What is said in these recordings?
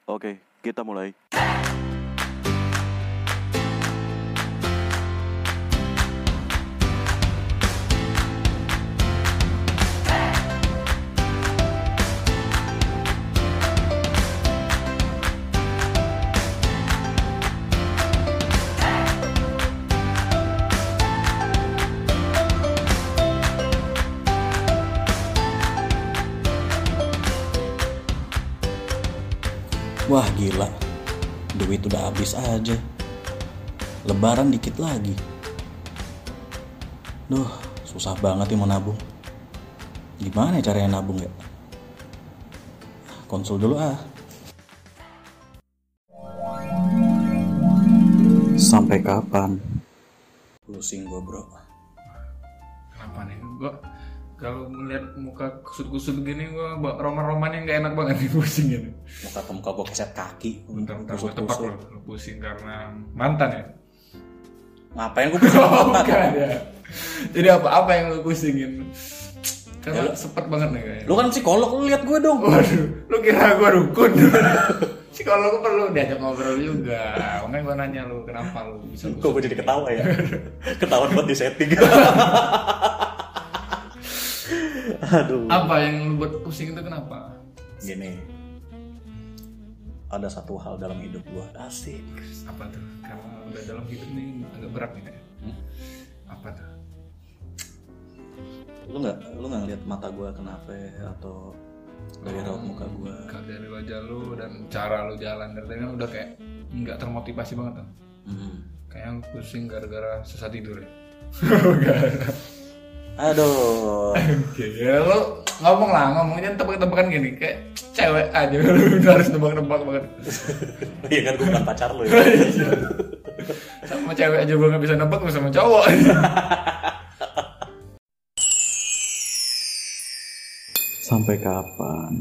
Oke, kita mulai. Wah gila, duit udah habis aja. Lebaran dikit lagi. Duh, susah banget nih mau nabung. Gimana ya caranya nabung ya? Konsul dulu ah. Sampai kapan? Pusing gua bro. Kenapa nih? Gua kalau melihat muka kusut-kusut gini, gua roman-romannya nggak enak banget nih, pusing gitu. Muka gua keset kaki. Bentar-bentar gua tepak lo pusing karena mantan ya? Ngapain gua pusing mantan? Bukan ya. Jadi apa yang lu pusingin? Karena ya, sepet banget nih kayaknya. Lu kan psikolog, lu lihat gua dong. Waduh, lu kira gua dukun? Psikolog gua perlu diajak ngobrol juga. Makanya gua nanya lu kenapa lu bisa kusut. Kok gua jadi ketawa ya? Ketahuan buat di setting. Aduh. Apa yang lu buat pusing itu kenapa? Gini, ada satu hal dalam hidup gua asik. Apa tuh? Karena udah dalam hidup nih agak berat nih kayak. Apa tuh? Lu nggak ngeliat mata gua kenapa atau dari raut muka gua? Kalau dari wajah lu dan cara lu jalan dari tadi kan udah kayak nggak termotivasi banget tuh. Kayak yang pusing gara-gara susah tidur ya. Aduh. Oke, ya lo ngomongnya tebak-tebakan gini kayak cewek aja lu harus nebak-nebak banget. Iya kan gue bukan pacar lo ya. Sama cewek aja gue nggak bisa nebak, sama cowok. Sampai kapan?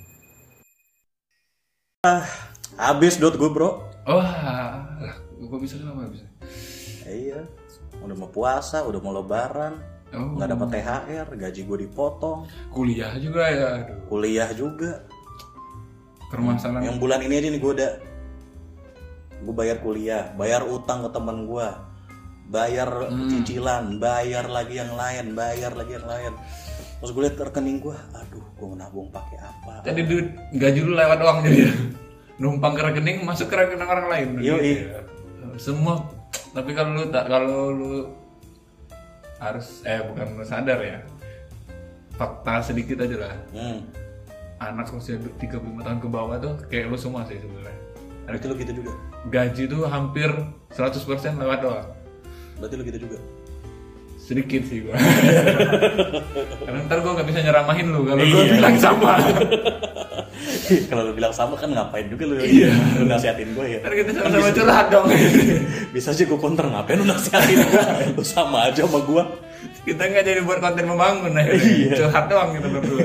Habis dot gue bro. Wah, gue bisa kenapa bisa? Iya, udah mau puasa, udah mau lebaran. Nggak dapat THR, gaji gue dipotong. Kuliah juga ya. Aduh. Kuliah juga. Permasalahan. Yang bulan ini aja nih gue bayar kuliah, bayar utang ke teman gue, bayar cicilan, bayar lagi yang lain. Terus gue liat rekening gue, aduh, gue mau nabung pakai apa? Jadi duit gaji lu lewat doang jadi. Numpang ke rekening, masuk ke rekening orang lain. Iya. Semua. Tapi kalau lu harus bukan sadar ya, fakta sedikit aja lah. Anak usia 35 tahun ke bawah tuh kayak lu semua sih sebenarnya. Berarti lu gitu juga? Gaji tuh hampir 100% lewat doang. Berarti lu gitu juga? Sedikit sih gua. Karena ntar gua gak bisa nyeramahin lu kalau gua bilang sama. Kalau lu bilang sama kan ngapain juga lu? Iya. Lu nasihatin gue ya. Ntar kita sama-sama curhat dong. Bisa aja gue counter, ngapain lu nasihatin gue? Lu sama aja sama gue. Kita nggak jadi buat konten membangun akhirnya. Iya. Curhat doang gitu berdua.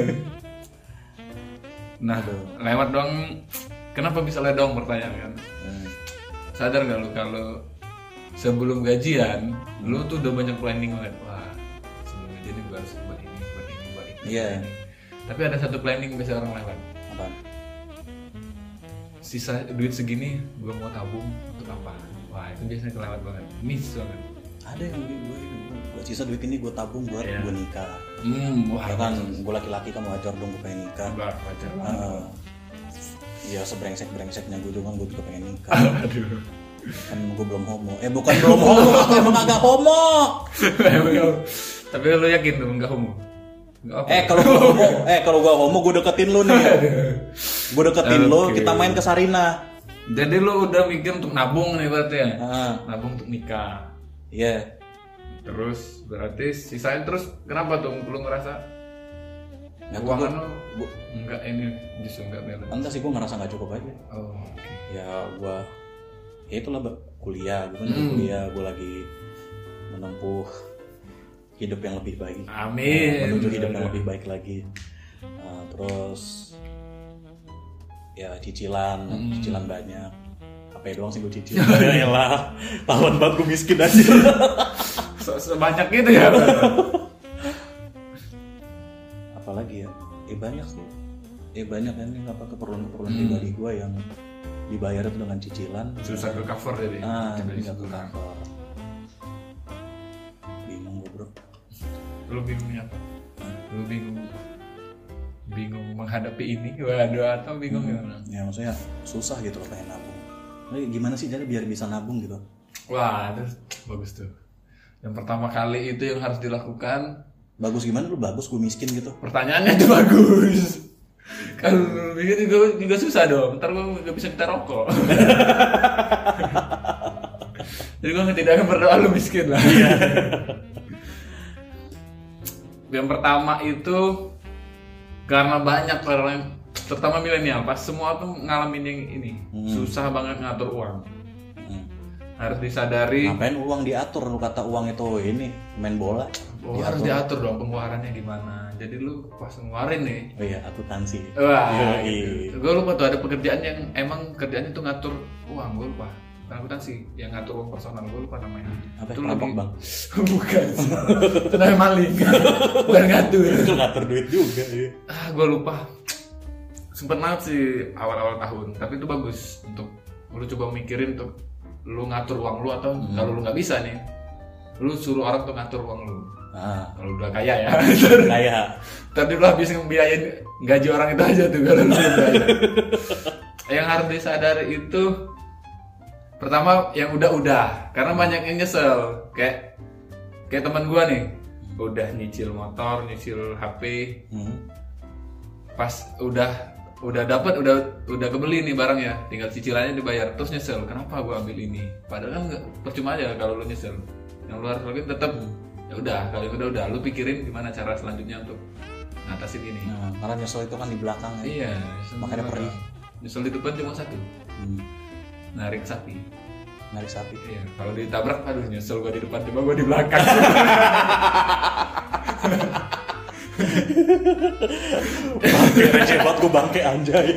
Nah, lewat doang. Kenapa bisa lewat doang pertanyaan kan? Sadar nggak lu kalau sebelum gajian, lu tuh udah banyak planning banget. Wah, sebelum gajian ini gue harus buat ini. Iya. Tapi ada satu planning biasa orang lewat. Apaan? Sisa duit segini gue mau tabung untuk apa? Wah, itu biasanya kelewat banget. Miss banget. Ada yang gue sisa duit ini gue tabung buat gue nikah. Wah, ya kan gue laki-laki kan wajar dong gue pengen nikah. Wajar banget. Ya sebrengsek-brengseknya gue juga pengen nikah. Aduh. Kan gue belum homo. Bukan belum homo, aku emang agak homo. Tapi lu yakin lu enggak homo? Kalau gue homo gue deketin lu nih. Gue deketin lu, kita main ke Sarina. Jadi lu udah mikir untuk nabung nih berarti ya? Nabung untuk nikah. Iya. Terus berarti sisain terus kenapa tuh lu ngerasa keuangan lu enggak ini justru enggak balance? Enggak sih, gue ngerasa nggak cukup aja. Okay. Ya itulah kuliah, gue lagi menempuh hidup yang lebih baik. Amin. Menuju hidup yang lebih baik lagi. Terus ya cicilan banyak. Apa doang sih gue cicil? Yaelah, lawan banget gue miskin aja. Sebanyak gitu ya. Apalagi ya? Banyak sih. Banyak kan ini keperluan pribadi gue yang dibayar itu dengan cicilan. Susah ke cover jadi. Jadi nggak ke cover. Bingung gue bro. Lu bingungnya apa? Lu bingung menghadapi ini, waduh, atau bingung gimana? Ya maksudnya susah gitu loh pengen nabung. Nah, gimana sih jadi biar bisa nabung gitu? Wah, itu bagus tuh. Yang pertama kali itu yang harus dilakukan. Bagus gimana lu? Bagus gue miskin gitu. Pertanyaannya itu bagus. Kalau lu bikin juga susah dong. Ntar gue gak bisa kita rokok. Jadi gue tidak akan berdoa lu miskin lah. Yang pertama itu karena banyak orang, terutama milenial, pas semua tuh ngalamin yang ini, susah banget ngatur uang. Harus disadari. Ngapain uang diatur? Lu kata uang itu ini main bola. Oh, harus diatur dong pengeluarannya gimana. Jadi lu pas ngeluarin nih. Oh iya, akuntansi. Wah, gue lupa tuh ada pekerjaan yang emang kerjanya tuh ngatur uang, gue lupa. Bukan akuntansi, yang ngatur uang personal, gue lupa namanya. Apa? Itu Perampok bang? Bukan. Itu namanya maling. Bukan ngatur. Itu ngatur duit juga. Ya. Gue lupa. Sempet banget sih awal-awal tahun, tapi itu bagus untuk lu coba mikirin tuh. Lu ngatur uang lu atau kalau lu nggak bisa nih, lu suruh orang tuh ngatur uang lu. Kalau udah kaya ya. Kaya. Tadi lu habis ngebiayain gaji orang itu aja tuh kalau lu kaya. Yang harus disadari itu pertama yang udah, karena banyak yang nyesel. Kayak teman gua nih, udah nyicil motor, nyicil HP. Pas udah dapat, udah kebeli nih barangnya, tinggal cicilannya dibayar, terus nyesel kenapa gue ambil ini, padahal kan nggak percuma aja kalau lu nyesel. Yang lu harus lakuin tetap ya udah, kalau udah lu pikirin gimana cara selanjutnya untuk ngatasin ini. Karena nyesel itu kan di belakang ya. Iya, makanya perih. Nyesel di depan cuma satu, narik sapi. Iya, kalau ditabrak aduh nyesel gue di depan, coba gue di belakang. Bangke receh banget gue, bangke anjay.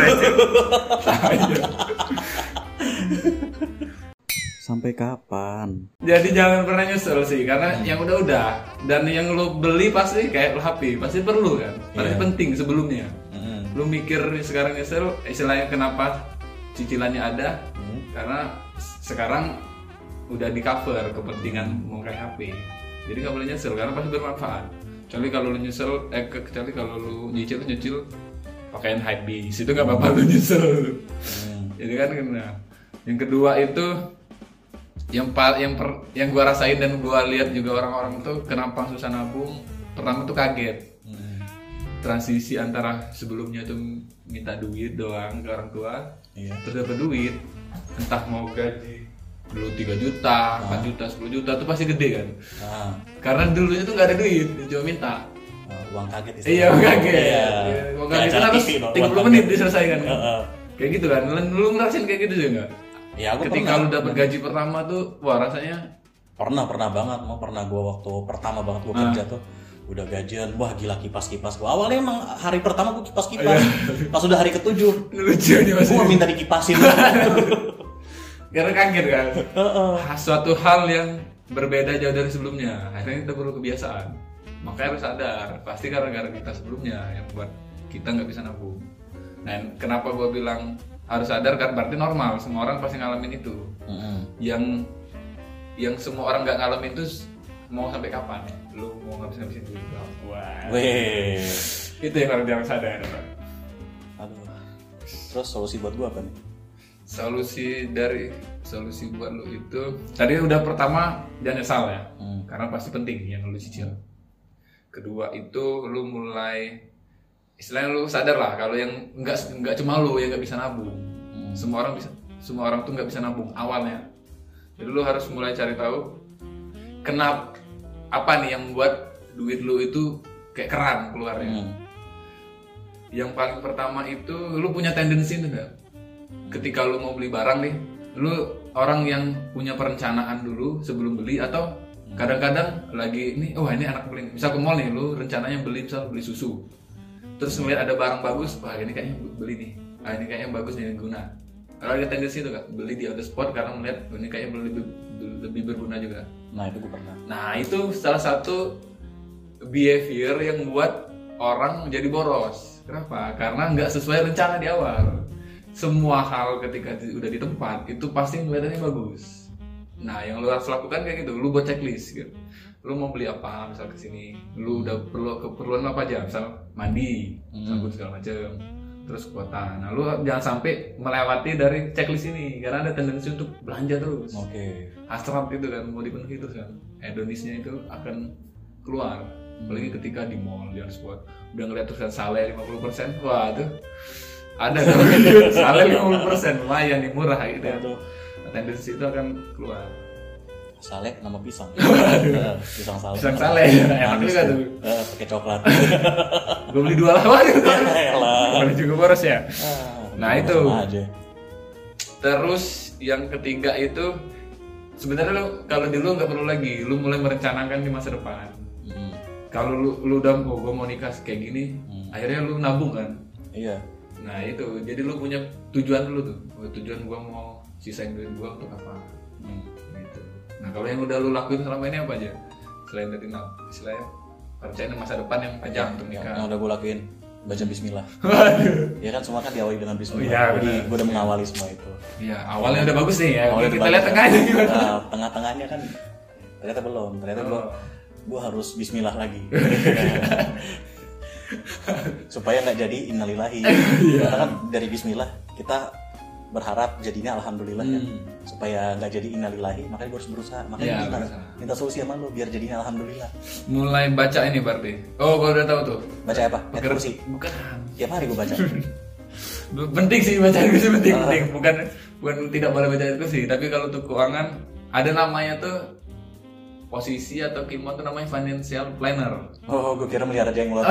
Sampai kapan? Jadi jangan pernah nyesel sih, karena yang udah dan yang lo beli pasti kayak lo HP pasti perlu kan, pasti penting sebelumnya. Lo mikir sekarang nyesel, istilahnya kenapa cicilannya ada, karena sekarang udah di cover kepentingan mau kayak HP, jadi nggak boleh nyesel karena pasti bermanfaat. Kecuali kalau lu nyesel, kecuali kalau lu nyicil pakaian hype bis, itu nggak apa-apa lu nyesel. Jadi kan yang kedua itu yang gua rasain dan gua lihat juga orang-orang tuh kenapa susah nabung. Pertama tuh kaget. Transisi antara sebelumnya tuh minta duit doang ke orang tua, terus dapat duit, entah mau gaji dulu 3 juta, 4 juta, 10 juta tuh pasti gede kan. Karena dulunya tuh nggak ada duit, cuma minta. Uang kaget istilahnya. Iya, uang kaget. Uang kaget itu harus 30 menit diselesaikan. Kayak gitu kan. Lu ngerasain kayak gitu juga nggak? Ya, aku ketika lu dapat gaji pertama tuh, wah rasanya pernah banget. Pernah gue waktu pertama banget gue kerja tuh udah gajian, wah gila kipas-kipas. Awalnya emang hari pertama gue kipas-kipas. Pas udah hari ke-7 lucu nih masih. Gue minta dikipasin. Karena kaget kan. Suatu hal yang berbeda jauh dari sebelumnya. Akhirnya kita perlu kebiasaan. Makanya harus sadar, pasti gara-gara kita sebelumnya yang buat kita nggak bisa nabung. Dan kenapa gue bilang harus sadar, kan berarti normal, semua orang pasti ngalamin itu. Yang semua orang nggak ngalamin itu mau sampai kapan? Lu mau ngabisin duit? Wah. Itu yang harus sadar. Aduh. Terus solusi buat gue apa nih? Solusi buat lu itu tadi udah pertama jangan nyesal ya, karena pasti penting yang lu cicil. Kedua itu lu mulai istilahnya lu sadar lah kalau yang nggak cuma lu yang nggak bisa nabung. Semua orang tuh nggak bisa nabung awalnya. Jadi lu harus mulai cari tahu kenapa, apa nih yang membuat duit lu itu kayak keran keluarnya. Yang paling pertama itu lu punya tendensi itu nggak? Ketika lu mau beli barang nih, lu orang yang punya perencanaan dulu sebelum beli, atau kadang-kadang lagi ini, ini anak beli, misal ke mall nih, lu rencananya beli susu, terus ngeliat ada barang bagus, wah ini kayaknya beli nih, ini kayaknya bagus nih guna. Kalau ada tendensi itu kan, beli di on the spot karena melihat ini kayaknya lebih berguna juga. Nah itu gue pernah. Nah itu salah satu behavior yang buat orang jadi boros. Kenapa? Karena nggak sesuai rencana di awal. semua hal ketika udah di tempat itu pasti kelihatannya bagus. Nah, yang lu harus lakukan kayak gitu, lu buat checklist gitu. Lu mau beli apa, misal kesini, lu udah perlu keperluan apa aja, misal mandi, sabun segala macam, terus kuota. Nah, lu jangan sampai melewati dari checklist ini, karena ada tendensi untuk belanja terus. Hasrat itu kan mau dipenuhi terus kan, hedonisnya itu akan keluar. Apalagi ketika di mall, di spot, udah ngeliat tulisan sale 50%, wah itu ada kan, sale 50%, lumayan nih, murah gitu ya. Nah, tendensi itu akan keluar. Sale nama pisang. Pisang sale. Pisang sale. Enak juga tuh. Pakai coklat. Gue beli 2 lah. Beli juga boros ya. Nah, itu. Terus yang ketiga itu sebenarnya lu kalau di lu nggak perlu lagi, lu mulai merencanakan di masa depan. Kalau lu udah gue mau nikah kayak gini, akhirnya lu nabung kan? Iya. Nah, itu. Jadi lu punya tujuan dulu tuh. Tujuan gue mau sisain duit gue untuk apa? Gitu. Nah, kalau yang udah lu lakuin selama ini apa aja? Selain dari istilahnya rencana masa depan yang panjang untuk nikah. Yang udah gue lakuin, baca bismillah. Ya kan semua kan diawali dengan bismillah. Iya, jadi gue udah mengawali semua itu. Iya, awalnya udah bagus nih ya. Awalnya kita lihat tengahnya gimana. Nah, tengah-tengahnya kan ternyata belum. Ternyata gue harus bismillah lagi. Supaya nggak jadi innalillahi. Karena kan dari bismillah kita berharap jadinya alhamdulillah ya, supaya nggak jadi innalillahi, makanya gue harus berusaha, makanya minta solusi sama lo biar jadinya alhamdulillah. Mulai baca ini berarti. Oh, gue udah tahu tuh. Baca apa? Ayat kursi. Bukan. Tiap hari gue baca. Penting sih baca ayat kursi, penting. Bukan tidak boleh baca ayat kursi, tapi kalau untuk keuangan ada namanya tuh posisi atau kimon tuh namanya financial planner. Oh, gue kira melihara jenglot.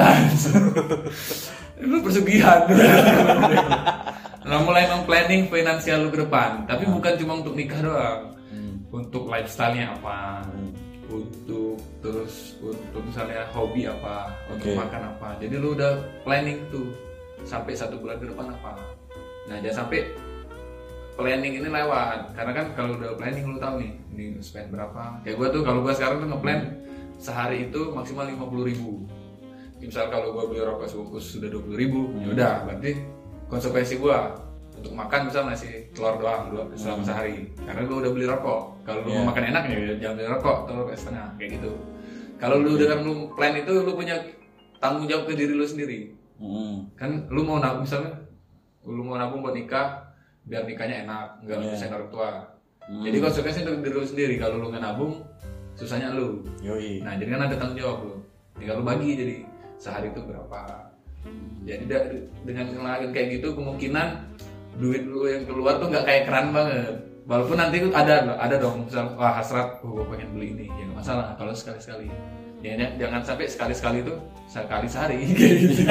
Lu persugihan. Nah, mulai memplanning finansial lu ke depan, tapi bukan cuma untuk nikah doang. Untuk lifestyle-nya apa, untuk misalnya hobi apa, untuk makan apa. Jadi lu udah planning tuh sampai 1 bulan ke depan apa. Nah, jangan sampai planning ini lewat, karena kan kalau udah planning lu tahu nih ini spend berapa. Kayak gue tuh, kalau gue sekarang tuh ngeplan sehari itu maksimal 50.000. Misal kalau gue beli rokok sebungkus sudah 20.000, ya udah berarti konsekuensi gue untuk makan bisa nasi telur doang selama sehari, karena gue udah beli rokok. Kalau lu mau makan enak ya jangan beli rokok, telur setengah kayak gitu. Kalau lu dengan lu plan itu, lu punya tanggung jawab ke diri lu sendiri. Kan lu mau nabung, misalnya lu mau nabung buat nikah biar nikahnya enak, nggak nyusahin orang tua. Jadi konsekuensi untuk diri lu sendiri. Kalau lu nggak nabung, susahnya lu. Nah, jadi kan ada tanggung jawab lu. Tinggal lu bagi, jadi sehari itu berapa. Jadi dengan ngelakuin kayak gitu, kemungkinan duit lu yang keluar tuh nggak kayak keran banget. Walaupun nanti ada dong misal hasrat, gue pengen beli ini, ya nggak masalah kalau sekali-sekali. Ya, jangan sampai sekali-sekali itu sekali sehari kayak gitu.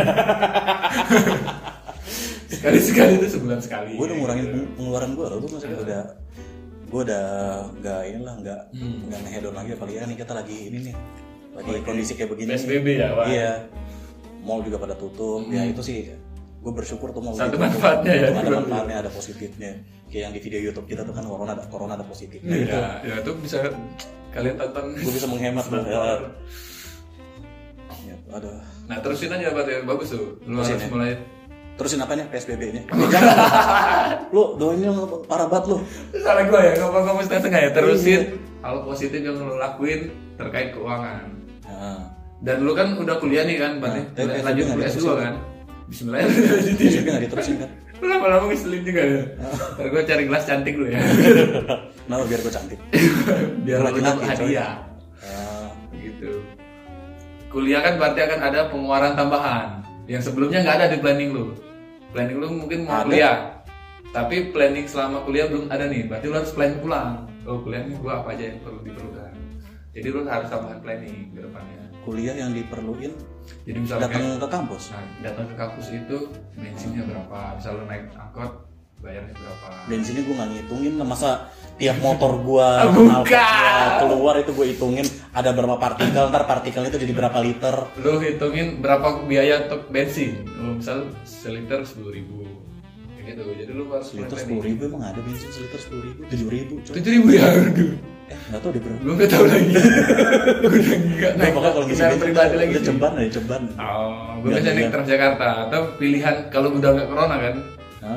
Sekali-sekali itu sebulan sekali. Gue udah ngurangin pengeluaran gue, gue masih gue udah nggak ngehedon lagi. Apalagi nih kita lagi ini nih, lagi kondisi kayak begini. PSBB ya, Pak. Iya. Mall juga pada tutup, ya itu sih gue bersyukur tuh mau satu manfaatnya ya, ada manfaatnya, ada positifnya. Kayak yang di video YouTube kita tuh kan corona ada positifnya. Ya itu bisa kalian tonton. Gue bisa menghemat loh. Ya, ada. Nah, terusin aja Pak, yang bagus tuh. Lu harus mulai. Terusin apanya? PSBB-nya. Lu doainnya parah banget lu. Salah gue ya, ngomong setengah ya. Terusin hal positif yang lu lakuin terkait keuangan. Dan lu kan udah kuliah nih kan, berarti lanjut kuliah S2 kan? Bismillah. PSBB nggak diterusin kan? Lu lama-lama ngeselin juga ya. Ntar gue cari gelas cantik lu ya. Nah, biar gue cantik. Biar lu dapat hadiah. Gitu. Kuliah kan berarti akan ada pengeluaran tambahan yang sebelumnya nggak ada di planning lu. Planning lu mungkin mau kuliah, tapi planning selama kuliah belum ada nih. Berarti lu harus planning pulang. Oh, kuliah nih gua apa aja yang perlu diperlukan. Jadi lu harus tambahan planning ke depannya. Kuliah yang diperluin, jadi misalnya datang ke kampus. Nah, datang ke kampus itu bensinnya berapa? Misal lu naik angkot, bayarnya berapa? Bensinnya gue nggak ngitungin, masa tiap motor gue keluar itu gue hitungin ada berapa partikel, ntar partikelnya itu jadi berapa liter. Lu hitungin berapa biaya untuk bensin. Misal seliter 10.000. Kayak gitu. Jadi lu harus seliter 10.000, emang ada bensin seliter 10.000? 7.000. 7.000 ya, aduh. Nggak tahu deh bro. Gue nggak tahu lagi. Udah nggak naik. Pokoknya kalau ngisi bensin pribadi lagi. Udah ceban. Oh, gue bisa naik Transjakarta atau pilihan kalau udah nggak corona kan.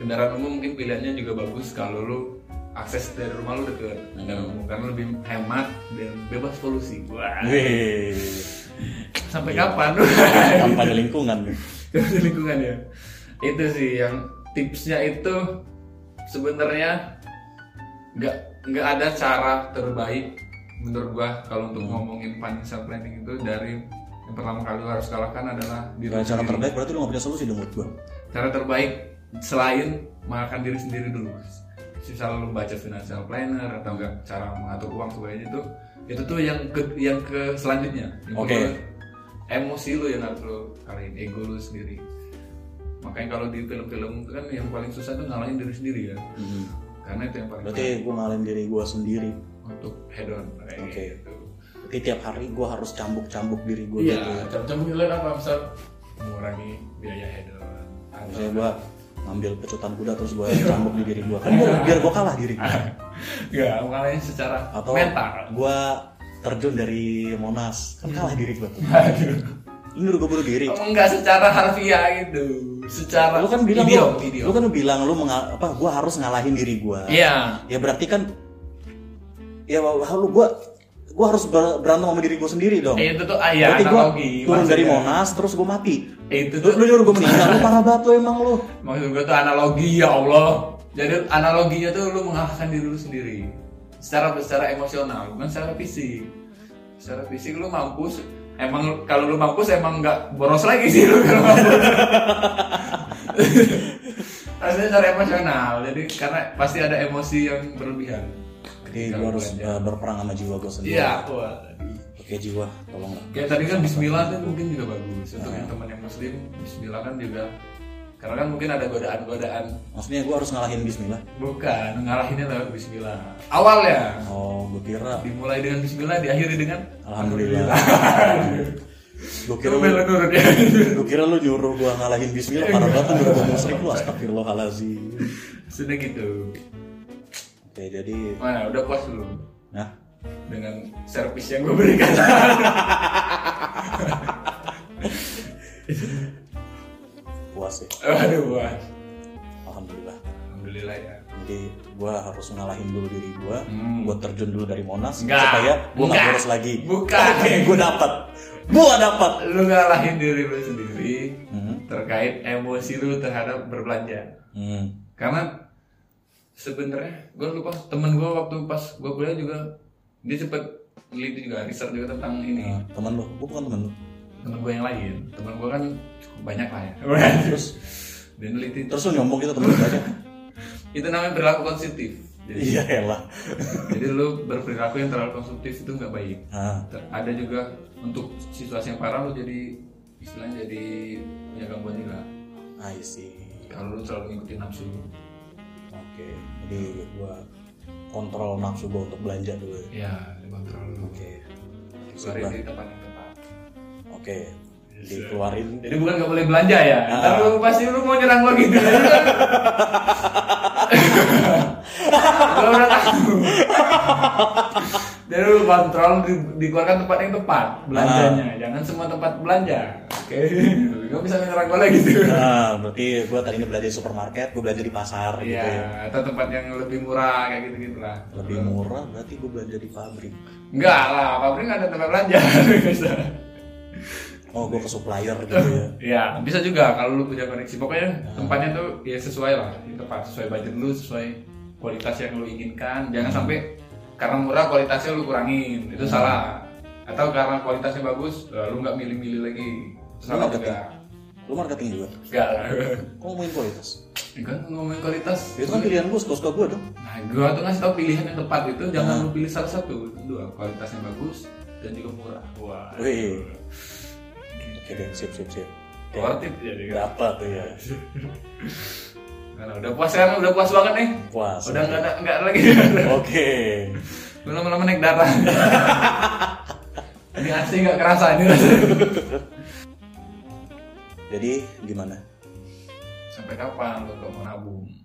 kendaraan umum mungkin pilihannya juga bagus kalau lu akses dari rumah lu deket kendaraan umum karena lebih hemat dan bebas polusi. Wah. Sampai kapan? Kampanye lingkungan. Lingkungan ya. Itu sih yang tipsnya itu sebenarnya nggak ada cara terbaik menurut gua kalau untuk ngomongin financial planning itu dari yang pertama kali lu harus kalahkan adalah diri Cara sendiri. terbaik berarti lu gak punya solusi dong buat gua. Cara terbaik selain mengalahkan diri sendiri dulu. Misal lu baca financial planner atau enggak cara mengatur uang supaya itu tuh yang ke selanjutnya. Oke. Emosi lu yang harus lu kalahin, ego lu sendiri. Makanya kalau di film-film itu kan yang paling susah tuh ngalahin diri sendiri ya. Karena itu yang paling Berarti gua ngalahin diri gua sendiri. untuk head on kayak Oke. gitu. Berarti tiap hari gua harus cambuk-cambuk diri gua Iya, gitu. cam-cam nilai apa misal mengurangi biaya head on. Misalnya gua ngambil pecutan kuda terus gua cambuk di diri gua. Kan biar gua kalah diri gua. Enggak, ngalahin secara Atau mental. gua terjun dari Monas. Kan kalah diri gua tuh. Aduh. Lu nyuruh gua bunuh diri. Enggak secara harfiah gitu. Secara Lu kan bilang idiom. lu kan bilang gua harus ngalahin diri gua. Iya. Ya berarti kan ya lu gua harus berantem sama diri gua sendiri dong. Itu tuh ya, Berarti gua analogi. turun dari Maksudnya. Monas terus gua mati. Itu Lu tuh nyuruh gua meninggal, lu parah banget lu emang lu. maksud gue tuh analogi ya Allah. Jadi analoginya tuh lu mengalahkan diri lu sendiri. Secara emosional, bukan secara fisik. Secara fisik lu mampus. Emang kalau lu mampus emang nggak boros lagi sih lu kalau mampus. Rasanya secara emosional. Jadi karena pasti ada emosi yang berlebihan. Jadi gua harus berperang sama jiwa gua sendiri. Iya, kuat. Oke jiwa, tolong lah. Kayak tadi kan Bismillah tuh mungkin juga bagus untuk yang teman yang Muslim. Bismillah kan juga karena kan mungkin ada godaan-godaan. Maksudnya gua harus ngalahin Bismillah. Bukan, ngalahinnya lewat Bismillah. Awalnya Oh, gua kira dimulai dengan Bismillah, diakhiri dengan Alhamdulillah. Gua kira Lu nurut ya. Gua kira lu nyuruh gua ngalahin Bismillah, parah banget lu nyuruh gua musyrik lu, astagfirullahalazim. Sudah gitu. Oke, jadi Mana udah puas belum nah, dengan servis yang gue berikan? puas ya. Aduh, puas. Alhamdulillah. Alhamdulillah ya. Jadi gua harus ngalahin dulu diri gua, gua terjun dulu dari Monas Enggak. supaya gua nggak Enggak. boros lagi. Bukan. Oke, gua dapat. Lu ngalahin diri lu sendiri terkait emosi lu terhadap berbelanja. Karena sebenarnya gue lupa temen gue waktu pas gue kuliah juga dia cepet neliti juga riset juga tentang ini. Temen lu, gua bukan temen lu. Temen gue yang lain, temen gue kan cukup banyak lah ya. Terus Dia neliti terus lu nyombong gitu temen lu banyak. itu namanya perilaku konsumtif. Jadi, Iya elah. jadi lu berperilaku yang terlalu konsumtif itu nggak baik. Nah, Ada juga untuk situasi yang parah lu jadi istilahnya jadi punya gangguan gila. I see. Kalau lu terlalu ngikutin nafsu. Oke, jadi gua kontrol nafsu gua untuk belanja dulu ya. Ya, dikontrol lu. Oke. Keluarin di tempat yang tepat. Oke. Dikeluarin. Jadi bukan nggak boleh belanja ya. Ntar lu pasti lu mau nyerang lo gitu. Gue udah tahu. Jadi lu kontrol dikeluarkan tempat yang tepat belanjanya. Jangan semua tempat belanja. Oke. Gak bisa nyerang gue lagi gitu. Nah, berarti gua tadinya belanja di supermarket, gua belanja di pasar gitu ya. Iya. Atau tempat yang lebih murah kayak gitu lah. Lebih murah berarti gua belanja di pabrik. Enggak lah. Pabrik nggak ada tempat belanja. Bisa. Oh, gua ke supplier gitu ya. Iya, bisa juga kalau lu punya koneksi. Pokoknya tempatnya tuh ya sesuai lah, di tempat sesuai budget lu, sesuai kualitas yang lu inginkan. Jangan sampai karena murah kualitasnya lu kurangin, itu salah. Atau karena kualitasnya bagus, lu nggak milih-milih lagi, itu salah juga. Lu marketing juga? Enggak lah. Kok ngomongin kualitas? Kan ngomongin kualitas. Itu kan pilihan gua, suka-suka gua dong. Nah, gua tuh ngasih tau pilihan yang tepat itu, jangan lu pilih salah satu, dua kualitasnya bagus dan juga murah. Wah. Wih. Oke deh, sip. Worth it jadi kan. Dapat tuh ya. Karena udah puas kan, udah puas banget nih. Puas. Udah nggak lagi. Oke. Lu lama-lama naik darah. Ini asli nggak kerasa ini. Jadi gimana? Sampai kapan lu mau nabung?